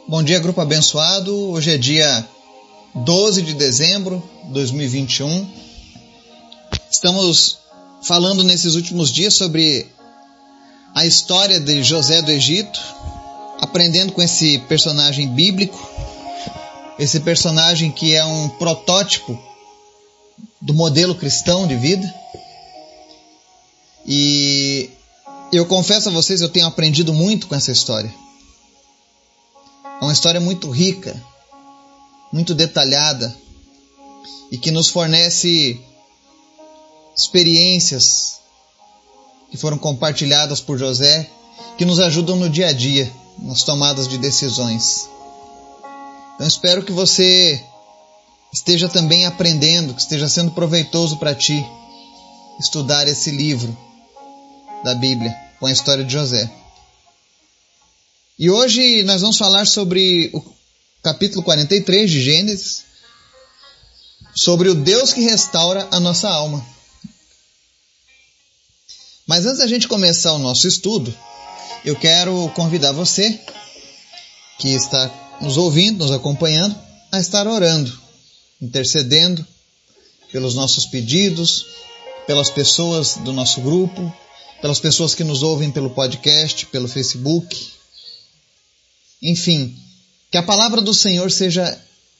Bom dia, grupo abençoado. Hoje é dia 12 de dezembro de 2021. Estamos falando nesses últimos dias sobre a história de José do Egito, aprendendo com esse personagem bíblico, esse personagem que é um protótipo do modelo cristão de vida. E eu confesso a vocês, eu tenho aprendido muito com essa história. É uma história muito rica, muito detalhada e que nos fornece experiências que foram compartilhadas por José, que nos ajudam no dia a dia, nas tomadas de decisões. Então espero que você esteja também aprendendo, que esteja sendo proveitoso para ti estudar esse livro da Bíblia com a história de José. E hoje nós vamos falar sobre o capítulo 43 de Gênesis, sobre o Deus que restaura a nossa alma. Mas antes da gente começar o nosso estudo, eu quero convidar você, que está nos ouvindo, nos acompanhando, a estar orando, intercedendo pelos nossos pedidos, pelas pessoas do nosso grupo, pelas pessoas que nos ouvem pelo podcast, pelo Facebook. Enfim, que a palavra do Senhor seja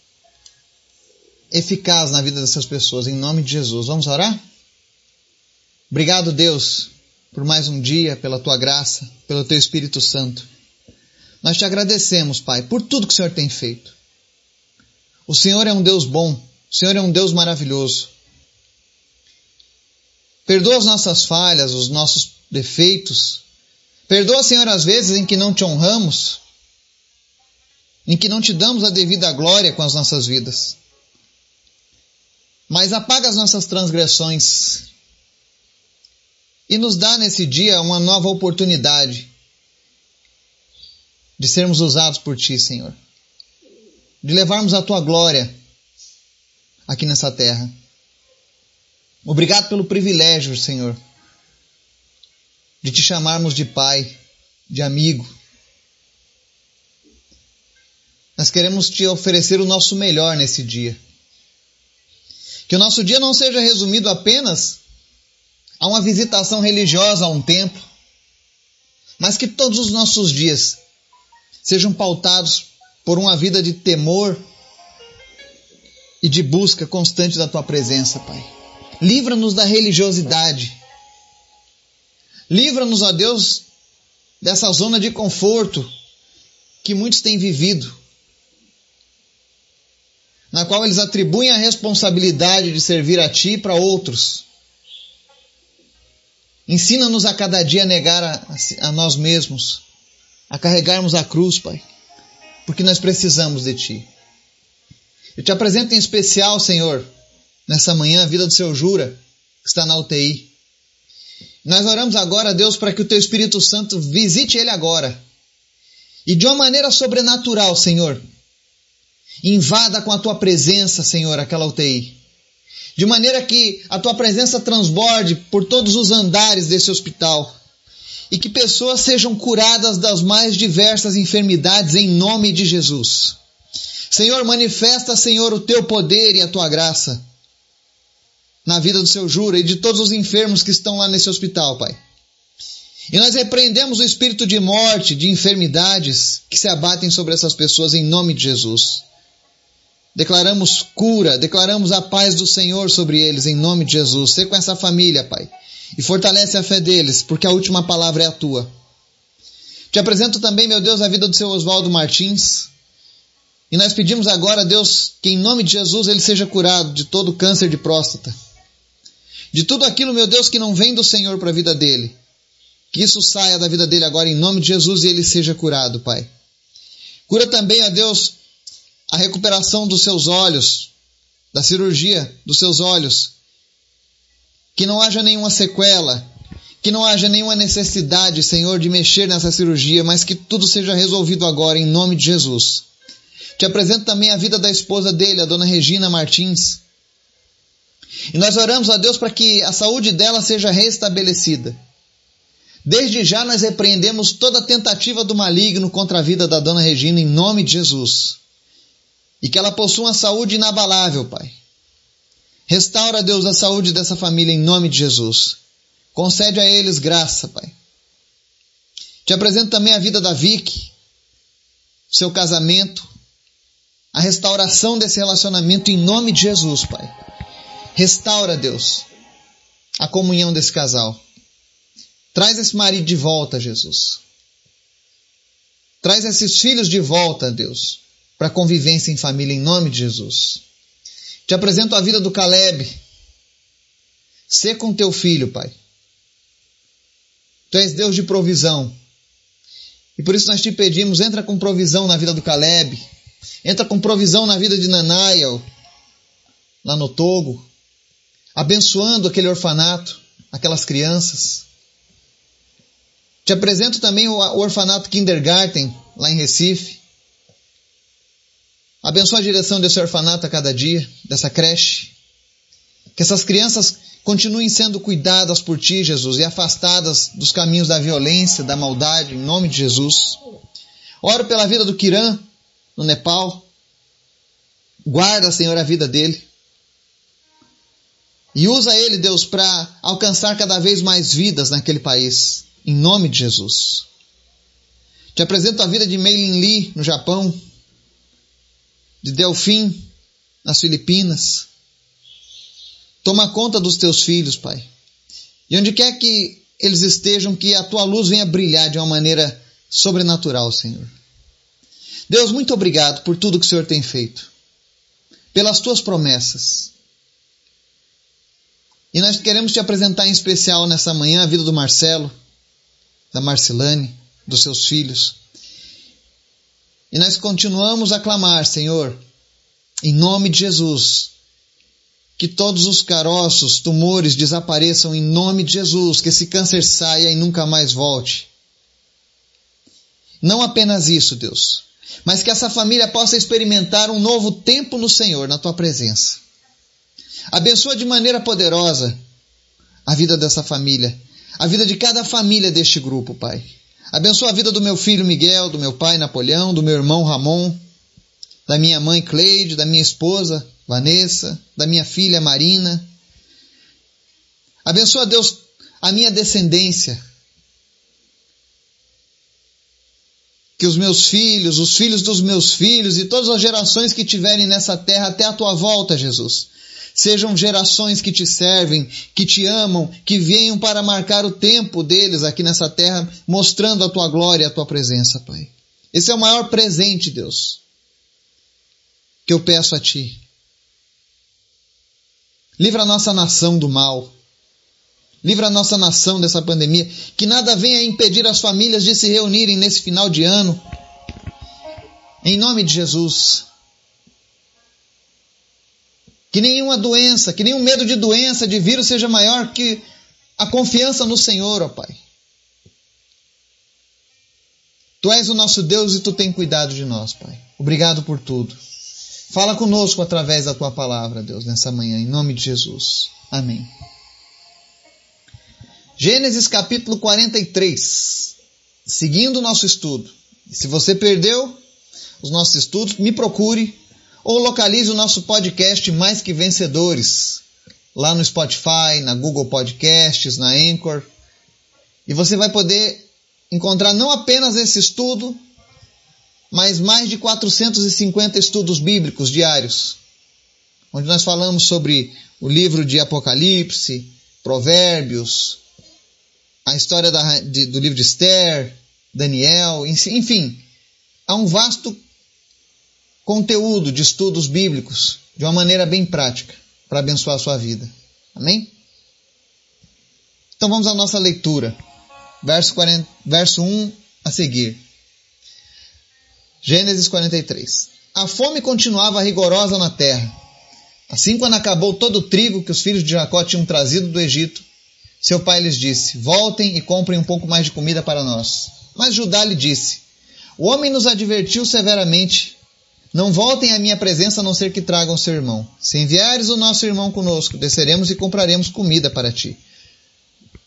eficaz na vida dessas pessoas, em nome de Jesus. Vamos orar? Obrigado, Deus, por mais um dia, pela Tua graça, pelo Teu Espírito Santo. Nós Te agradecemos, Pai, por tudo que o Senhor tem feito. O Senhor é um Deus bom, o Senhor é um Deus maravilhoso. Perdoa as nossas falhas, os nossos defeitos. Perdoa, Senhor, as vezes em que não Te honramos, em que não Te damos a devida glória com as nossas vidas. Mas apaga as nossas transgressões e nos dá nesse dia uma nova oportunidade de sermos usados por Ti, Senhor. De levarmos a Tua glória aqui nessa terra. Obrigado pelo privilégio, Senhor, de Te chamarmos de Pai, de amigo. Nós queremos Te oferecer o nosso melhor nesse dia. Que o nosso dia não seja resumido apenas a uma visitação religiosa a um templo, mas que todos os nossos dias sejam pautados por uma vida de temor e de busca constante da Tua presença, Pai. Livra-nos da religiosidade. Livra-nos, ó Deus, dessa zona de conforto que muitos têm vivido, na qual eles atribuem a responsabilidade de servir a Ti para outros. Ensina-nos a cada dia a negar a nós mesmos, a carregarmos a cruz, Pai, porque nós precisamos de Ti. Eu Te apresento em especial, Senhor, nessa manhã, a vida do Seu Jura, que está na UTI. Nós oramos agora, Deus, para que o Teu Espírito Santo visite ele agora. E de uma maneira sobrenatural, Senhor, invada com a Tua presença, Senhor, aquela UTI. De maneira que a Tua presença transborde por todos os andares desse hospital. E que pessoas sejam curadas das mais diversas enfermidades em nome de Jesus. Senhor, manifesta, Senhor, o Teu poder e a Tua graça na vida do Seu Jura e de todos os enfermos que estão lá nesse hospital, Pai. E nós repreendemos o espírito de morte, de enfermidades que se abatem sobre essas pessoas em nome de Jesus. Declaramos cura, declaramos a paz do Senhor sobre eles, em nome de Jesus. Sê com essa família, Pai, e fortalece a fé deles, porque a última palavra é a Tua. Te apresento também, meu Deus, a vida do Seu Oswaldo Martins. E nós pedimos agora, Deus, que em nome de Jesus ele seja curado de todo câncer de próstata. De tudo aquilo, meu Deus, que não vem do Senhor para a vida dele. Que isso saia da vida dele agora, em nome de Jesus, e ele seja curado, Pai. Cura também, ó Deus, a recuperação dos seus olhos, da cirurgia dos seus olhos. Que não haja nenhuma sequela, que não haja nenhuma necessidade, Senhor, de mexer nessa cirurgia, mas que tudo seja resolvido agora, em nome de Jesus. Te apresento também a vida da esposa dele, a dona Regina Martins. E nós oramos a Deus para que a saúde dela seja restabelecida. Desde já nós repreendemos toda tentativa do maligno contra a vida da dona Regina em nome de Jesus. E que ela possua uma saúde inabalável, Pai. Restaura, Deus, a saúde dessa família em nome de Jesus. Concede a eles graça, Pai. Te apresento também a vida da Vicky, seu casamento, a restauração desse relacionamento em nome de Jesus, Pai. Restaura, Deus, a comunhão desse casal. Traz esse marido de volta, Jesus. Traz esses filhos de volta, Deus, para a convivência em família, em nome de Jesus. Te apresento a vida do Caleb. Sê com teu filho, Pai. Tu és Deus de provisão. E por isso nós te pedimos, entra com provisão na vida do Caleb. Entra com provisão na vida de Nanael, lá no Togo. Abençoando aquele orfanato, aquelas crianças. Te apresento também o orfanato Kindergarten, lá em Recife. Abençoa a direção desse orfanato a cada dia, dessa creche. Que essas crianças continuem sendo cuidadas por Ti, Jesus, e afastadas dos caminhos da violência, da maldade, em nome de Jesus. Oro pela vida do Kiran, no Nepal. Guarda, Senhor, a vida dele. E usa ele, Deus, para alcançar cada vez mais vidas naquele país. Em nome de Jesus. Te apresento a vida de Meilin Lee, no Japão. De Delfim, nas Filipinas. Toma conta dos teus filhos, Pai. E onde quer que eles estejam, que a tua luz venha brilhar de uma maneira sobrenatural, Senhor. Deus, muito obrigado por tudo que o Senhor tem feito. Pelas tuas promessas. E nós queremos te apresentar em especial nessa manhã a vida do Marcelo, da Marcelane, dos seus filhos. E nós continuamos a clamar, Senhor, em nome de Jesus, que todos os caroços, tumores desapareçam em nome de Jesus, que esse câncer saia e nunca mais volte. Não apenas isso, Deus, mas que essa família possa experimentar um novo tempo no Senhor, na Tua presença. Abençoa de maneira poderosa a vida dessa família, a vida de cada família deste grupo, Pai. Abençoa a vida do meu filho Miguel, do meu pai Napoleão, do meu irmão Ramon, da minha mãe Cleide, da minha esposa Vanessa, da minha filha Marina. Abençoa, Deus, a minha descendência. Que os meus filhos, os filhos dos meus filhos e todas as gerações que tiverem nessa terra até a Tua volta, Jesus, sejam gerações que Te servem, que Te amam, que venham para marcar o tempo deles aqui nessa terra, mostrando a Tua glória e a Tua presença, Pai. Esse é o maior presente, Deus, que eu peço a Ti. Livra a nossa nação do mal. Livra a nossa nação dessa pandemia. Que nada venha impedir as famílias de se reunirem nesse final de ano. Em nome de Jesus. Que nenhuma doença, que nenhum medo de doença, de vírus seja maior que a confiança no Senhor, ó Pai. Tu és o nosso Deus e Tu tem cuidado de nós, Pai. Obrigado por tudo. Fala conosco através da Tua palavra, Deus, nessa manhã, em nome de Jesus. Amém. Gênesis capítulo 43. Seguindo o nosso estudo. Se você perdeu os nossos estudos, me procure ou localize o nosso podcast Mais Que Vencedores, lá no Spotify, na Google Podcasts, na Anchor. E você vai poder encontrar não apenas esse estudo, mas mais de 450 estudos bíblicos diários, onde nós falamos sobre o livro de Apocalipse, Provérbios, a história do livro de Esther, Daniel, enfim, há um vasto conteúdo de estudos bíblicos de uma maneira bem prática para abençoar a sua vida. Amém? Então vamos à nossa leitura. Verso 1 a seguir. Gênesis 43. A fome continuava rigorosa na terra. Assim, quando acabou todo o trigo que os filhos de Jacó tinham trazido do Egito, seu pai lhes disse: voltem e comprem um pouco mais de comida para nós. Mas Judá lhe disse: o homem nos advertiu severamente: não voltem à minha presença a não ser que tragam seu irmão. Se enviares o nosso irmão conosco, desceremos e compraremos comida para ti.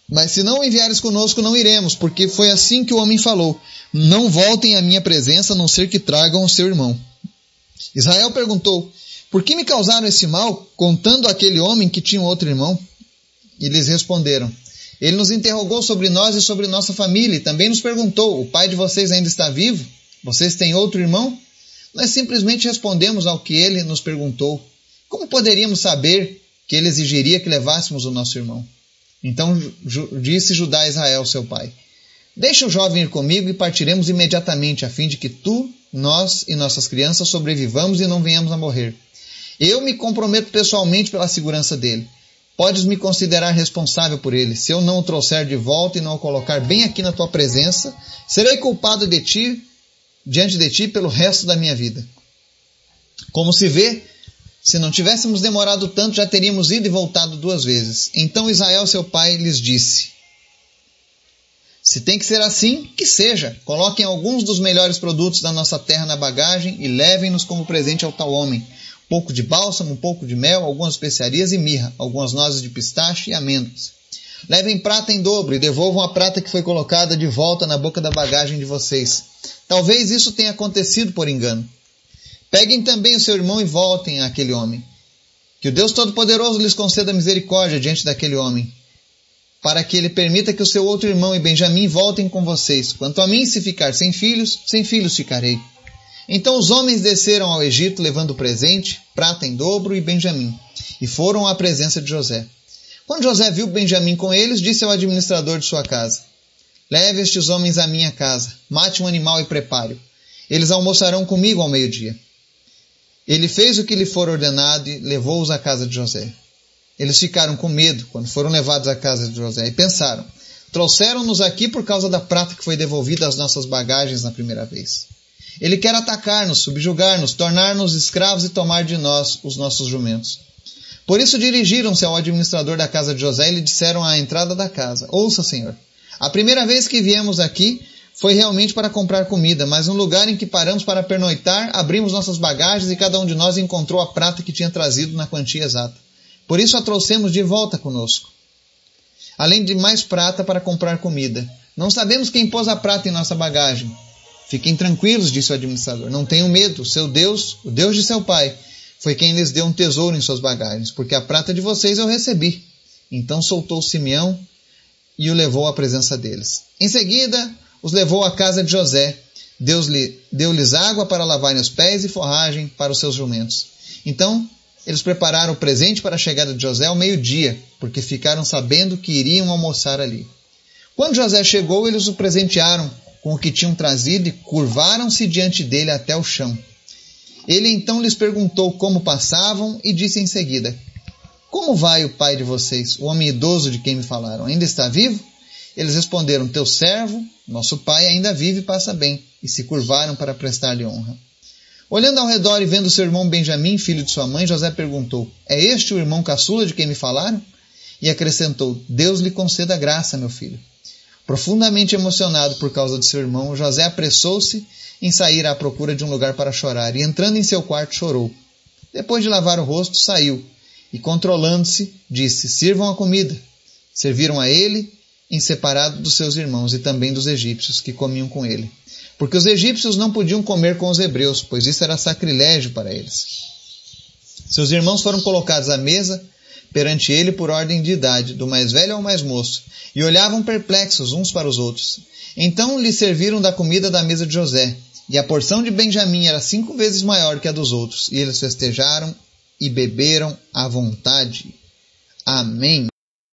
Mas se não enviares conosco, não iremos, porque foi assim que o homem falou. Não voltem à minha presença, a não ser que tragam o seu irmão. Israel perguntou, por que me causaram esse mal, contando àquele homem que tinha outro irmão? E lhes responderam, ele nos interrogou sobre nós e sobre nossa família, e também nos perguntou, o pai de vocês ainda está vivo? Vocês têm outro irmão? Nós simplesmente respondemos ao que ele nos perguntou. Como poderíamos saber que ele exigiria que levássemos o nosso irmão? Então disse Judá a Israel, seu pai, deixa o jovem ir comigo e partiremos imediatamente, a fim de que tu, nós e nossas crianças sobrevivamos e não venhamos a morrer. Eu me comprometo pessoalmente pela segurança dele. Podes me considerar responsável por ele. Se eu não o trouxer de volta e não o colocar bem aqui na tua presença, serei culpado diante de ti pelo resto da minha vida. Como se vê, se não tivéssemos demorado tanto, já teríamos ido e voltado 2 vezes. Então Israel, seu pai, lhes disse, se tem que ser assim, que seja. Coloquem alguns dos melhores produtos da nossa terra na bagagem e levem-nos como presente ao tal homem. Um pouco de bálsamo, um pouco de mel, algumas especiarias e mirra, algumas nozes de pistache e amêndoas. Levem prata em dobro e devolvam a prata que foi colocada de volta na boca da bagagem de vocês. Talvez isso tenha acontecido por engano. Peguem também o seu irmão e voltem àquele homem. Que o Deus Todo-Poderoso lhes conceda misericórdia diante daquele homem, para que ele permita que o seu outro irmão e Benjamim voltem com vocês. Quanto a mim, se ficar sem filhos ficarei. Então os homens desceram ao Egito, levando presente, prata em dobro e Benjamim, e foram à presença de José. Quando José viu Benjamim com eles, disse ao administrador de sua casa, leve estes homens à minha casa, mate um animal e prepare-o. Eles almoçarão comigo ao meio-dia. Ele fez o que lhe for ordenado e levou-os à casa de José. Eles ficaram com medo quando foram levados à casa de José e pensaram, trouxeram-nos aqui por causa da prata que foi devolvida às nossas bagagens na primeira vez. Ele quer atacar-nos, subjugar-nos, tornar-nos escravos e tomar de nós os nossos jumentos. Por isso dirigiram-se ao administrador da casa de José e lhe disseram à entrada da casa, ouça, senhor, a primeira vez que viemos aqui foi realmente para comprar comida, mas no lugar em que paramos para pernoitar, abrimos nossas bagagens e cada um de nós encontrou a prata que tinha trazido na quantia exata. Por isso a trouxemos de volta conosco. Além de mais prata para comprar comida. Não sabemos quem pôs a prata em nossa bagagem. Fiquem tranquilos, disse o administrador. Não tenham medo. Seu Deus, o Deus de seu pai, foi quem lhes deu um tesouro em suas bagagens, porque a prata de vocês eu recebi. Então soltou Simeão e o levou à presença deles. Em seguida, os levou à casa de José. Deu-lhes água para lavarem os pés e forragem para os seus jumentos. Então, eles prepararam o presente para a chegada de José ao meio-dia, porque ficaram sabendo que iriam almoçar ali. Quando José chegou, eles o presentearam com o que tinham trazido e curvaram-se diante dele até o chão. Ele então lhes perguntou como passavam e disse em seguida, como vai o pai de vocês, o homem idoso de quem me falaram? Ainda está vivo? Eles responderam, teu servo, nosso pai, ainda vive e passa bem, e se curvaram para prestar-lhe honra. Olhando ao redor e vendo seu irmão Benjamim, filho de sua mãe, José perguntou, é este o irmão caçula de quem me falaram? E acrescentou, Deus lhe conceda graça, meu filho. Profundamente emocionado por causa de seu irmão, José apressou-se em sair à procura de um lugar para chorar, e entrando em seu quarto chorou. Depois de lavar o rosto, saiu, e controlando-se, disse, sirvam a comida. Serviram a ele, em separado dos seus irmãos e também dos egípcios que comiam com ele. Porque os egípcios não podiam comer com os hebreus, pois isso era sacrilégio para eles. Seus irmãos foram colocados à mesa perante ele por ordem de idade, do mais velho ao mais moço, e olhavam perplexos uns para os outros. Então lhe serviram da comida da mesa de José, e a porção de Benjamim era 5 vezes maior que a dos outros, e eles festejaram e beberam à vontade. Amém.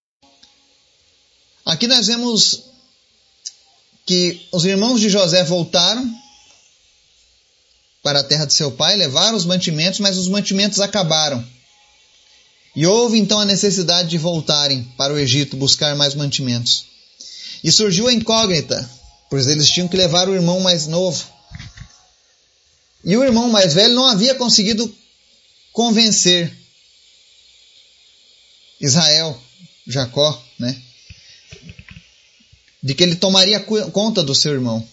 Aqui nós vemos que os irmãos de José voltaram para a terra de seu pai, levaram os mantimentos, mas os mantimentos acabaram. E houve então a necessidade de voltarem para o Egito buscar mais mantimentos. E surgiu a incógnita, pois eles tinham que levar o irmão mais novo. E o irmão mais velho não havia conseguido convencer Israel, Jacó, de que ele tomaria conta do seu irmão.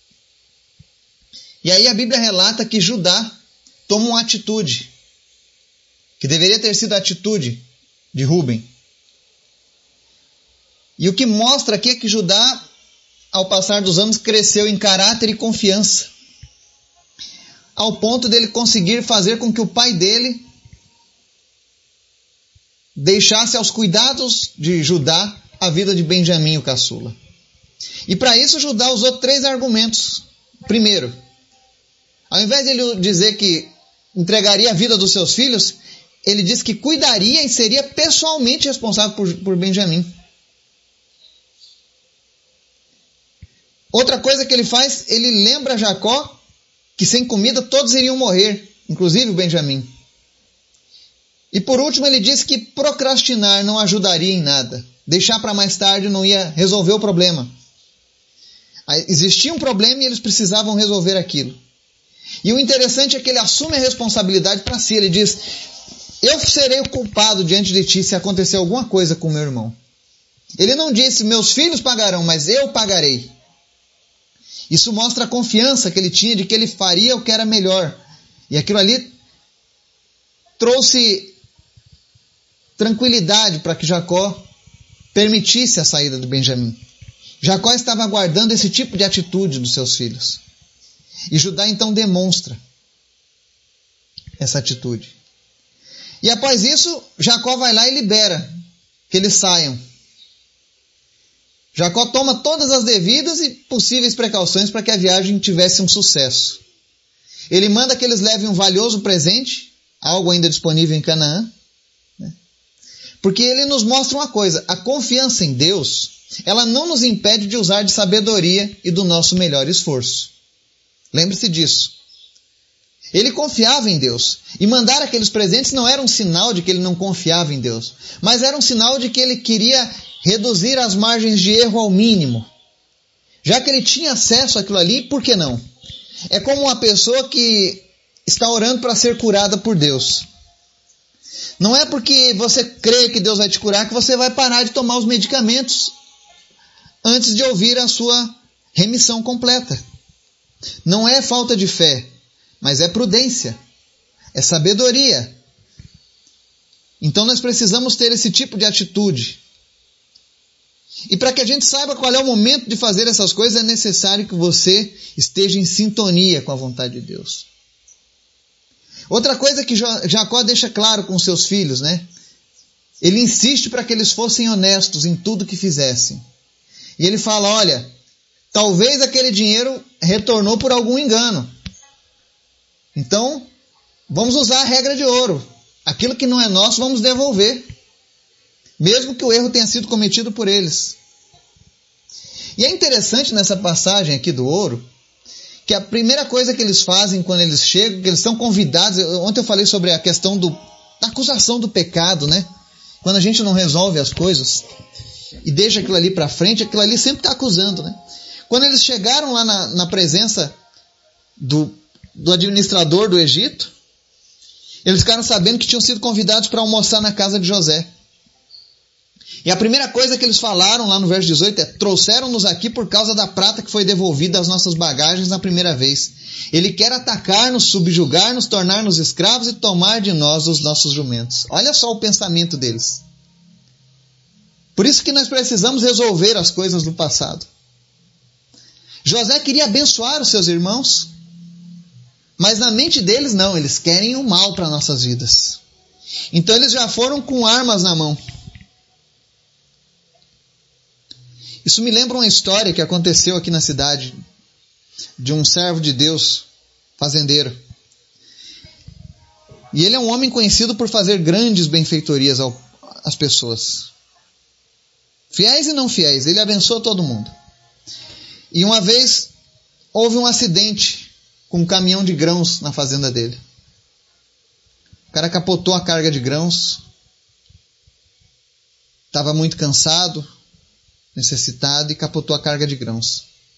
E aí a Bíblia relata que Judá toma uma atitude, que deveria ter sido a atitude de Rúben. E o que mostra aqui é que Judá, ao passar dos anos, cresceu em caráter e confiança, ao ponto dele conseguir fazer com que o pai dele deixasse aos cuidados de Judá a vida de Benjamim, o caçula. E para isso Judá usou 3 argumentos. Primeiro, ao invés de ele dizer que entregaria a vida dos seus filhos, ele disse que cuidaria e seria pessoalmente responsável por Benjamim. Outra coisa que ele faz, ele lembra Jacó que sem comida todos iriam morrer, inclusive o Benjamim. E por último ele disse que procrastinar não ajudaria em nada. Deixar para mais tarde não ia resolver o problema. Existia um problema e eles precisavam resolver aquilo. E o interessante é que ele assume a responsabilidade para si. Ele diz: eu serei o culpado diante de ti se acontecer alguma coisa com meu irmão. Ele não disse: meus filhos pagarão, mas eu pagarei. Isso mostra a confiança que ele tinha de que ele faria o que era melhor. E aquilo ali trouxe tranquilidade para que Jacó permitisse a saída de Benjamim. Jacó estava aguardando esse tipo de atitude dos seus filhos. E Judá então demonstra essa atitude. E após isso, Jacó vai lá e libera que eles saiam. Jacó toma todas as devidas e possíveis precauções para que a viagem tivesse um sucesso. Ele manda que eles levem um valioso presente, algo ainda disponível em Canaã, porque ele nos mostra uma coisa: a confiança em Deus, ela não nos impede de usar de sabedoria e do nosso melhor esforço. Lembre-se disso. Ele confiava em Deus. E mandar aqueles presentes não era um sinal de que ele não confiava em Deus, mas era um sinal de que ele queria reduzir as margens de erro ao mínimo. Já que ele tinha acesso àquilo ali, por que não? É como uma pessoa que está orando para ser curada por Deus. Não é porque você crê que Deus vai te curar que você vai parar de tomar os medicamentos antes de ouvir a sua remissão completa. Não é falta de fé, mas é prudência, é sabedoria. Então nós precisamos ter esse tipo de atitude. E para que a gente saiba qual é o momento de fazer essas coisas, é necessário que você esteja em sintonia com a vontade de Deus. Outra coisa que Jacó deixa claro com seus filhos, Ele insiste para que eles fossem honestos em tudo que fizessem. E ele fala: olha, talvez aquele dinheiro retornou por algum engano. Então, vamos usar a regra de ouro. Aquilo que não é nosso, vamos devolver. Mesmo que o erro tenha sido cometido por eles. E é interessante nessa passagem aqui do ouro, que a primeira coisa que eles fazem quando eles chegam, que eles são convidados. Ontem eu falei sobre a questão da acusação do pecado, Quando a gente não resolve as coisas e deixa aquilo ali para frente, aquilo ali sempre está acusando, Quando eles chegaram lá na presença do administrador do Egito, eles ficaram sabendo que tinham sido convidados para almoçar na casa de José. E a primeira coisa que eles falaram lá no verso 18 é: trouxeram-nos aqui por causa da prata que foi devolvida às nossas bagagens na primeira vez. Ele quer atacar-nos, subjugar-nos, tornar-nos escravos e tomar de nós os nossos jumentos. Olha só o pensamento deles. Por isso que nós precisamos resolver as coisas do passado. José queria abençoar os seus irmãos, mas na mente deles não, eles querem o mal para nossas vidas. Então eles já foram com armas na mão. Isso me lembra uma história que aconteceu aqui na cidade, de um servo de Deus, fazendeiro. E ele é um homem conhecido por fazer grandes benfeitorias às pessoas. Fiéis e não fiéis, ele abençoa todo mundo. E uma vez houve um acidente com um caminhão de grãos na fazenda dele. O cara capotou a carga de grãos, estava muito cansado, necessitado, e capotou a carga de grãos.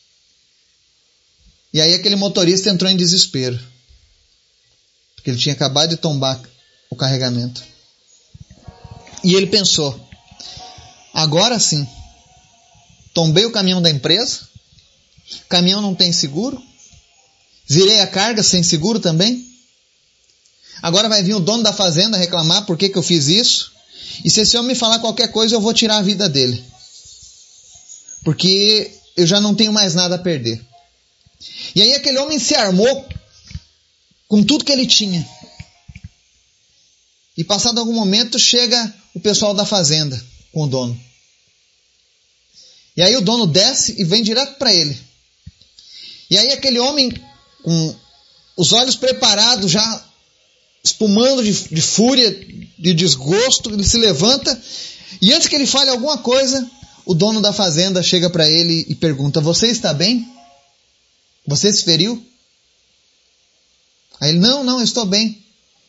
E aí aquele motorista entrou em desespero, porque ele tinha acabado de tombar o carregamento. E ele pensou: agora sim, tombei o caminhão da empresa, o caminhão não tem seguro, virei a carga sem seguro também, agora vai vir o dono da fazenda reclamar por que eu fiz isso, e se esse homem me falar qualquer coisa eu vou tirar a vida dele. porque eu já não tenho mais nada a perder. E aí aquele homem se armou com tudo que ele tinha. E passado algum momento chega o pessoal da fazenda com o dono. E aí o dono desce e vem direto para ele. E aí aquele homem com os olhos preparados, já espumando de fúria, de desgosto, ele se levanta e antes que ele fale alguma coisa, o dono da fazenda chega para ele e pergunta: você está bem? Você se feriu? Aí ele: não, eu estou bem.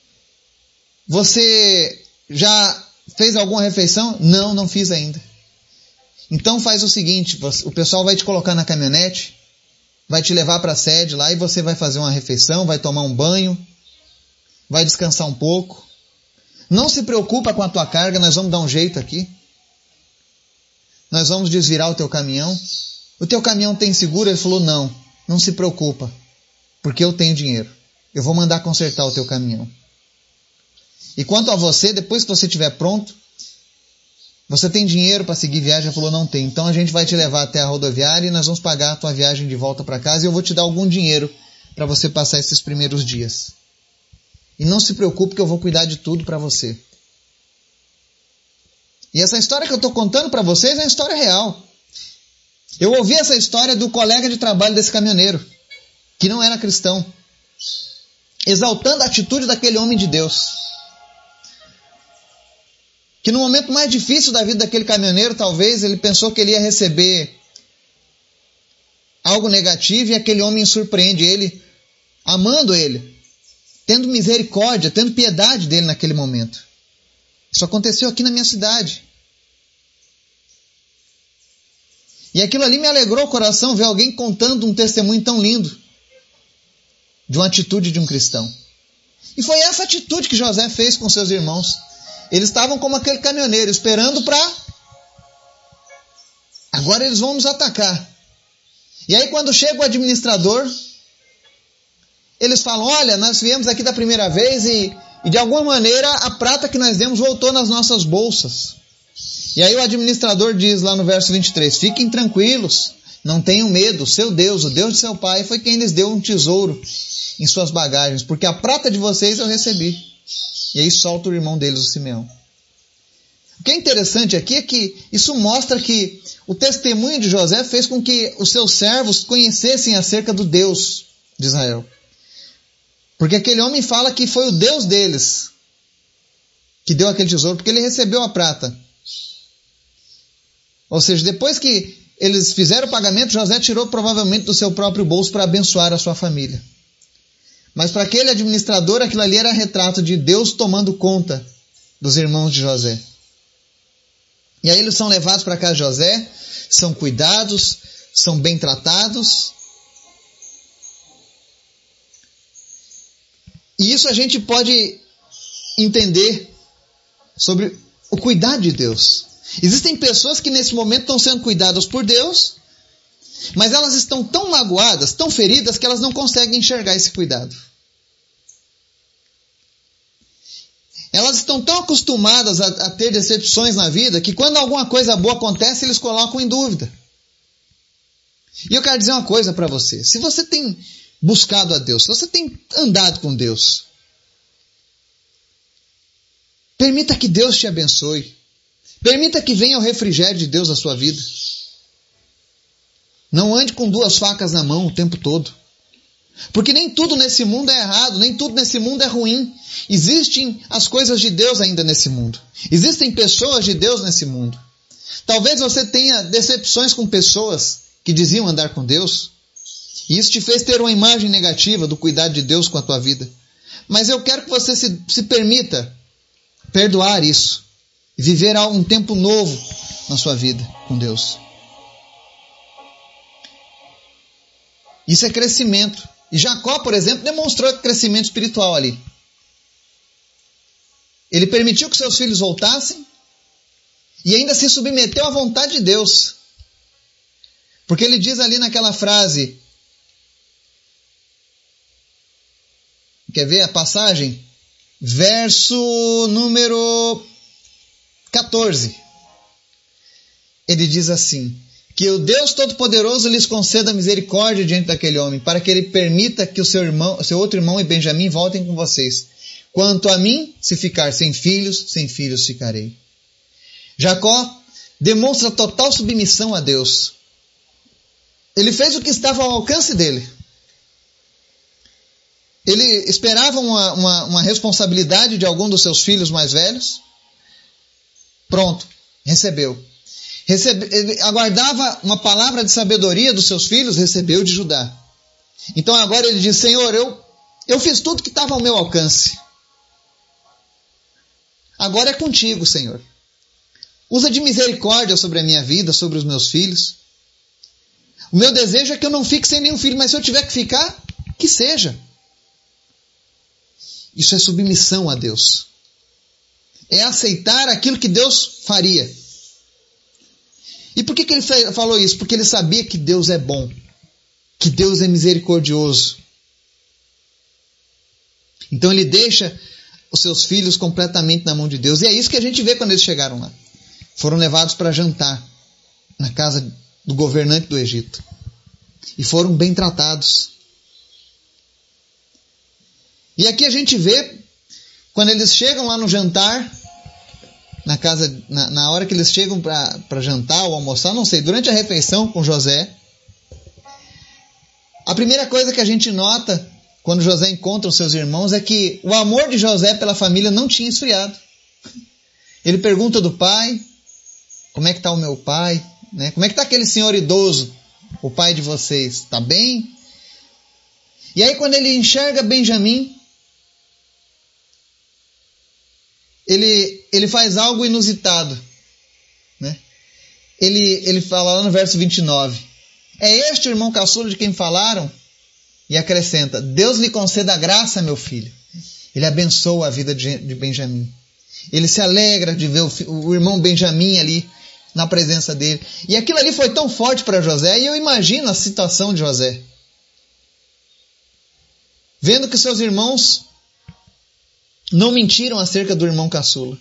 Você já fez alguma refeição? Não fiz ainda. Então faz o seguinte, o pessoal vai te colocar na caminhonete, vai te levar para a sede lá e você vai fazer uma refeição, vai tomar um banho, vai descansar um pouco. Não se preocupa com a tua carga, nós vamos dar um jeito aqui. Nós vamos desvirar o teu caminhão. O teu caminhão tem seguro? Ele falou: não se preocupa, porque eu tenho dinheiro. Eu vou mandar consertar o teu caminhão. E quanto a você, depois que você estiver pronto, você tem dinheiro para seguir viagem? Ele falou: não tem. Então a gente vai te levar até a rodoviária e nós vamos pagar a tua viagem de volta para casa e eu vou te dar algum dinheiro para você passar esses primeiros dias. E não se preocupe que eu vou cuidar de tudo para você. E essa história que eu estou contando para vocês é uma história real. Eu ouvi essa história do colega de trabalho desse caminhoneiro, que não era cristão, exaltando a atitude daquele homem de Deus. Que no momento mais difícil da vida daquele caminhoneiro, talvez ele pensou que ele ia receber algo negativo e aquele homem surpreende ele, amando ele, tendo misericórdia, tendo piedade dele naquele momento. Isso aconteceu aqui na minha cidade. E aquilo ali me alegrou o coração, ver alguém contando um testemunho tão lindo de uma atitude de um cristão. E foi essa atitude que José fez com seus irmãos. Eles estavam como aquele caminhoneiro, esperando para... agora eles vão nos atacar. E aí quando chega o administrador, eles falam: olha, nós viemos aqui da primeira vez e de alguma maneira a prata que nós demos voltou nas nossas bolsas. E aí o administrador diz lá no verso 23, fiquem tranquilos, não tenham medo, seu Deus, o Deus de seu pai, foi quem lhes deu um tesouro em suas bagagens, porque a prata de vocês eu recebi. E aí solta o irmão deles, o Simeão. O que é interessante aqui é que isso mostra que o testemunho de José fez com que os seus servos conhecessem acerca do Deus de Israel. Porque aquele homem fala que foi o Deus deles que deu aquele tesouro, porque ele recebeu a prata. Ou seja, depois que eles fizeram o pagamento, José tirou provavelmente do seu próprio bolso para abençoar a sua família. Mas para aquele administrador, aquilo ali era retrato de Deus tomando conta dos irmãos de José. E aí eles são levados para casa de José, são cuidados, são bem tratados. E isso a gente pode entender sobre o cuidado de Deus. Existem pessoas que nesse momento estão sendo cuidadas por Deus, mas elas estão tão magoadas, tão feridas, que elas não conseguem enxergar esse cuidado. Elas estão tão acostumadas a ter decepções na vida, que quando alguma coisa boa acontece, eles colocam em dúvida. E eu quero dizer uma coisa para você. Se você tem buscado a Deus, se você tem andado com Deus, permita que Deus te abençoe. Permita que venha o refrigério de Deus à sua vida. Não ande com duas facas na mão o tempo todo. Porque nem tudo nesse mundo é errado, nem tudo nesse mundo é ruim. Existem as coisas de Deus ainda nesse mundo. Existem pessoas de Deus nesse mundo. Talvez você tenha decepções com pessoas que diziam andar com Deus, e isso te fez ter uma imagem negativa do cuidado de Deus com a tua vida. Mas eu quero que você se permita perdoar isso e viver um tempo novo na sua vida com Deus. Isso é crescimento. E Jacó, por exemplo, demonstrou crescimento espiritual ali. Ele permitiu que seus filhos voltassem e ainda se submeteu à vontade de Deus. Porque ele diz ali naquela frase, quer ver a passagem? Verso número 14. Ele diz assim: que o Deus Todo-Poderoso lhes conceda misericórdia diante daquele homem, para que ele permita que o seu outro irmão e Benjamim voltem com vocês. Quanto a mim, se ficar sem filhos ficarei. Jacó demonstra total submissão a Deus. Ele fez o que estava ao alcance dele. Ele esperava uma responsabilidade de algum dos seus filhos mais velhos. Pronto, recebeu. Ele aguardava uma palavra de sabedoria dos seus filhos, recebeu de Judá. Então agora ele diz: Senhor, eu fiz tudo que estava ao meu alcance. Agora é contigo, Senhor. Usa de misericórdia sobre a minha vida, sobre os meus filhos. O meu desejo é que eu não fique sem nenhum filho, mas se eu tiver que ficar, que seja. Isso é submissão a Deus. É aceitar aquilo que Deus faria. E por que ele falou isso? Porque ele sabia que Deus é bom, que Deus é misericordioso. Então ele deixa os seus filhos completamente na mão de Deus. E é isso que a gente vê quando eles chegaram lá. Foram levados para jantar na casa do governante do Egito. E foram bem tratados. E aqui a gente vê, quando eles chegam lá no jantar, na casa, na hora que eles chegam para jantar ou almoçar, não sei, durante a refeição com José, a primeira coisa que a gente nota quando José encontra os seus irmãos é que o amor de José pela família não tinha esfriado. Ele pergunta do pai: como é que está o meu pai? Né? Como é que está aquele senhor idoso, o pai de vocês? Está bem? E aí quando ele enxerga Benjamim, ele faz algo inusitado. Né? Ele fala lá no verso 29. É este o irmão caçula de quem falaram? E acrescenta: Deus lhe conceda a graça, meu filho. Ele abençoa a vida de Benjamim. Ele se alegra de ver o irmão Benjamim ali na presença dele. E aquilo ali foi tão forte para José, e eu imagino a situação de José. Vendo que seus irmãos não mentiram acerca do irmão caçula.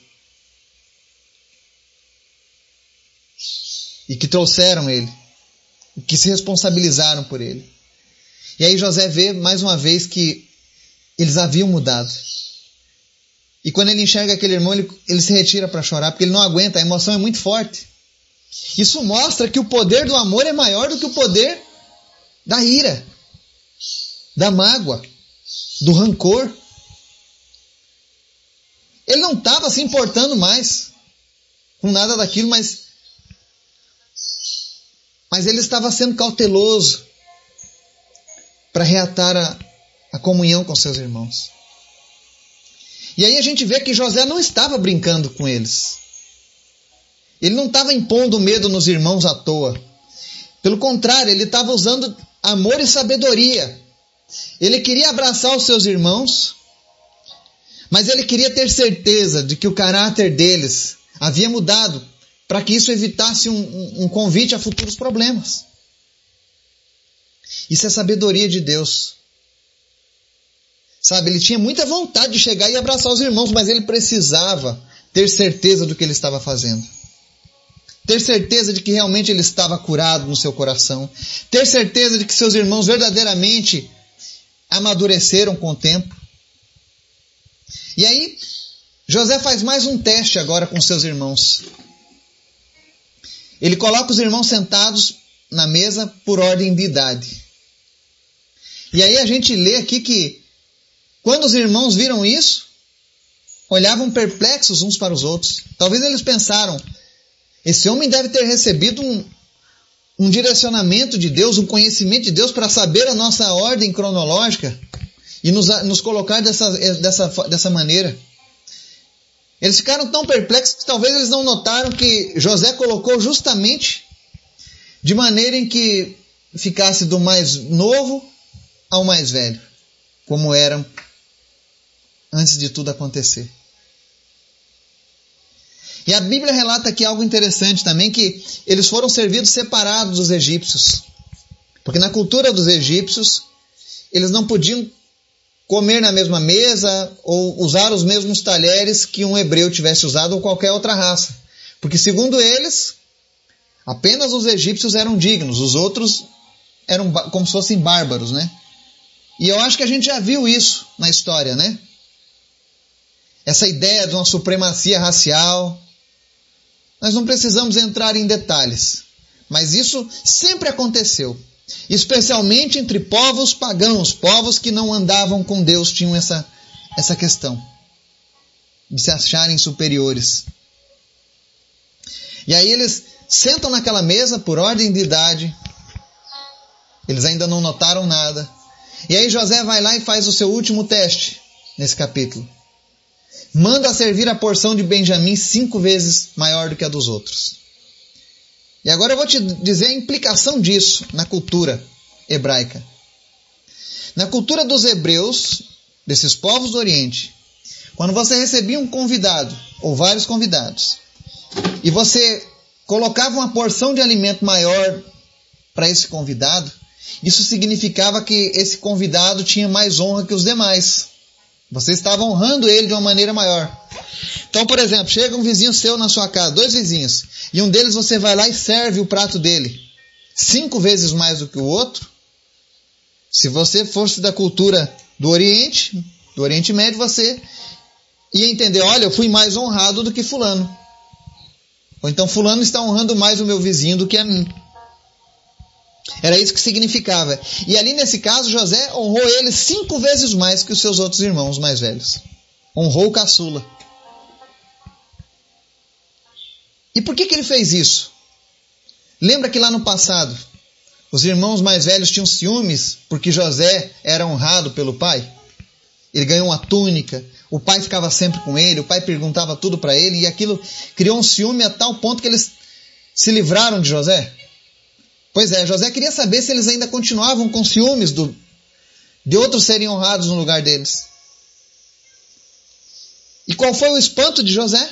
E que trouxeram ele. E que se responsabilizaram por ele. E aí José vê mais uma vez que eles haviam mudado. E quando ele enxerga aquele irmão, ele se retira para chorar, porque ele não aguenta, a emoção é muito forte. Isso mostra que o poder do amor é maior do que o poder da ira, da mágoa, do rancor. Ele não estava se importando mais com nada daquilo, mas ele estava sendo cauteloso para reatar a comunhão com seus irmãos. E aí a gente vê que José não estava brincando com eles. Ele não estava impondo medo nos irmãos à toa. Pelo contrário, ele estava usando amor e sabedoria. Ele queria abraçar os seus irmãos, mas ele queria ter certeza de que o caráter deles havia mudado, para que isso evitasse um convite a futuros problemas. Isso é sabedoria de Deus. Sabe, ele tinha muita vontade de chegar e abraçar os irmãos, mas ele precisava ter certeza do que ele estava fazendo. Ter certeza de que realmente ele estava curado no seu coração. Ter certeza de que seus irmãos verdadeiramente amadureceram com o tempo. E aí, José faz mais um teste agora com seus irmãos. Ele coloca os irmãos sentados na mesa por ordem de idade. E aí a gente lê aqui que quando os irmãos viram isso, olhavam perplexos uns para os outros. Talvez eles pensaram: esse homem deve ter recebido um direcionamento de Deus, um conhecimento de Deus para saber a nossa ordem cronológica e nos colocar dessa maneira. Eles ficaram tão perplexos que talvez eles não notaram que José colocou justamente de maneira em que ficasse do mais novo ao mais velho, como eram antes de tudo acontecer. E a Bíblia relata aqui algo interessante também, que eles foram servidos separados dos egípcios. Porque na cultura dos egípcios, eles não podiam comer na mesma mesa ou usar os mesmos talheres que um hebreu tivesse usado ou qualquer outra raça. Porque segundo eles, Apenas os egípcios eram dignos, os outros eram como se fossem bárbaros, né? E eu acho que a gente já viu isso na história, né? Essa ideia de uma supremacia racial. Nós não precisamos entrar em detalhes, mas isso sempre aconteceu. Especialmente entre povos pagãos, povos que não andavam com Deus, tinham essa questão de se acharem superiores. E aí eles sentam naquela mesa por ordem de idade, eles ainda não notaram nada. E aí José vai lá e faz o seu último teste nesse capítulo. Manda servir a porção de Benjamim 5 vezes maior do que a dos outros. E agora eu vou te dizer a implicação disso na cultura hebraica. Na cultura dos hebreus, desses povos do Oriente, quando você recebia um convidado, ou vários convidados, e você colocava uma porção de alimento maior para esse convidado, isso significava que esse convidado tinha mais honra que os demais. Você estava honrando ele de uma maneira maior. Então, por exemplo, chega um vizinho seu na sua casa, 2 vizinhos, e um deles você vai lá e serve o prato dele 5 vezes mais do que o outro. Se você fosse da cultura do Oriente Médio, você ia entender, olha, eu fui mais honrado do que fulano. Ou então fulano está honrando mais o meu vizinho do que a mim. Era isso que significava. E ali nesse caso, José honrou ele 5 vezes mais que os seus outros irmãos mais velhos. Honrou o caçula. E por que ele fez isso? Lembra que lá no passado, os irmãos mais velhos tinham ciúmes porque José era honrado pelo pai? Ele ganhou uma túnica, o pai ficava sempre com ele, o pai perguntava tudo para ele, e aquilo criou um ciúme a tal ponto que eles se livraram de José. Pois é, José queria saber se eles ainda continuavam com ciúmes de outros serem honrados no lugar deles. E qual foi o espanto de José?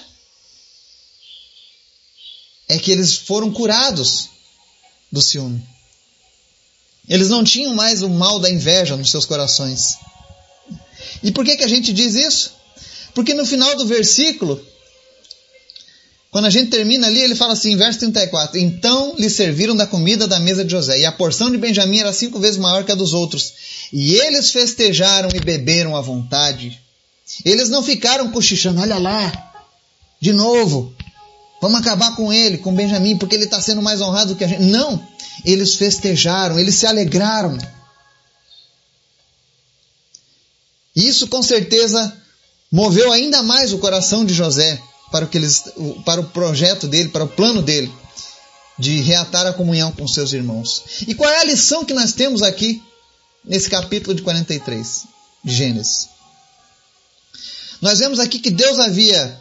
É que eles foram curados do ciúme. Eles não tinham mais o mal da inveja nos seus corações. E por que a gente diz isso? Porque no final do versículo, quando a gente termina ali, ele fala assim, verso 34, então lhe serviram da comida da mesa de José, e a porção de Benjamim era 5 vezes maior que a dos outros. E eles festejaram e beberam à vontade. Eles não ficaram cochichando, olha lá, de novo, vamos acabar com ele, com Benjamim, porque ele está sendo mais honrado do que a gente. Não, eles festejaram, eles se alegraram. Isso com certeza moveu ainda mais o coração de José para o projeto dele, para o plano dele, de reatar a comunhão com seus irmãos. E qual é a lição que nós temos aqui nesse capítulo de 43 de Gênesis? Nós vemos aqui que Deus havia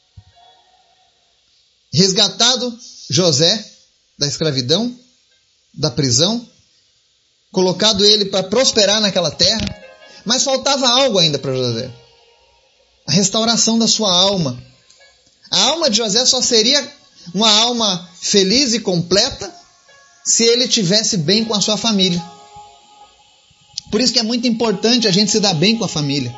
resgatado José da escravidão, da prisão, colocado ele para prosperar naquela terra, mas faltava algo ainda para José. A restauração da sua alma. A alma de José só seria uma alma feliz e completa se ele tivesse bem com a sua família. Por isso que é muito importante a gente se dar bem com a família.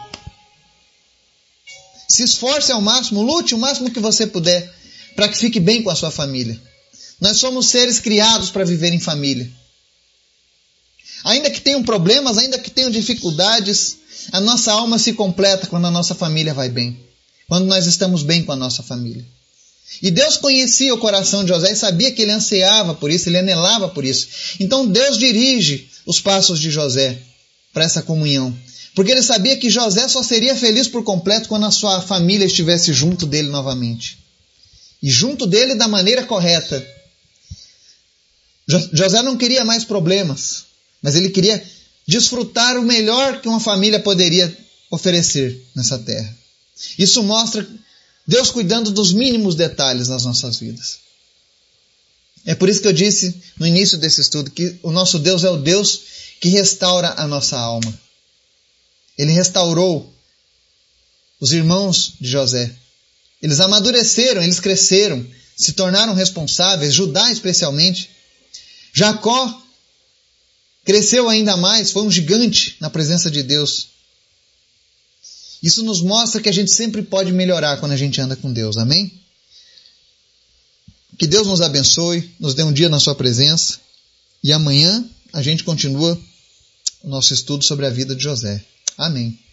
Se esforce ao máximo, lute o máximo que você puder para que fique bem com a sua família. Nós somos seres criados para viver em família. Ainda que tenham problemas, ainda que tenham dificuldades, a nossa alma se completa quando a nossa família vai bem. Quando nós estamos bem com a nossa família. E Deus conhecia o coração de José e sabia que ele ansiava por isso, ele anelava por isso. Então Deus dirige os passos de José para essa comunhão. Porque ele sabia que José só seria feliz por completo quando a sua família estivesse junto dele novamente. E junto dele da maneira correta. José não queria mais problemas, mas ele queria desfrutar o melhor que uma família poderia oferecer nessa terra. Isso mostra Deus cuidando dos mínimos detalhes nas nossas vidas. É por isso que eu disse no início desse estudo que o nosso Deus é o Deus que restaura a nossa alma. Ele restaurou os irmãos de José. Eles amadureceram, eles cresceram, se tornaram responsáveis, Judá especialmente. Jacó cresceu ainda mais, foi um gigante na presença de Deus. Isso nos mostra que a gente sempre pode melhorar quando a gente anda com Deus, amém? Que Deus nos abençoe, nos dê um dia na sua presença e amanhã a gente continua o nosso estudo sobre a vida de José. Amém.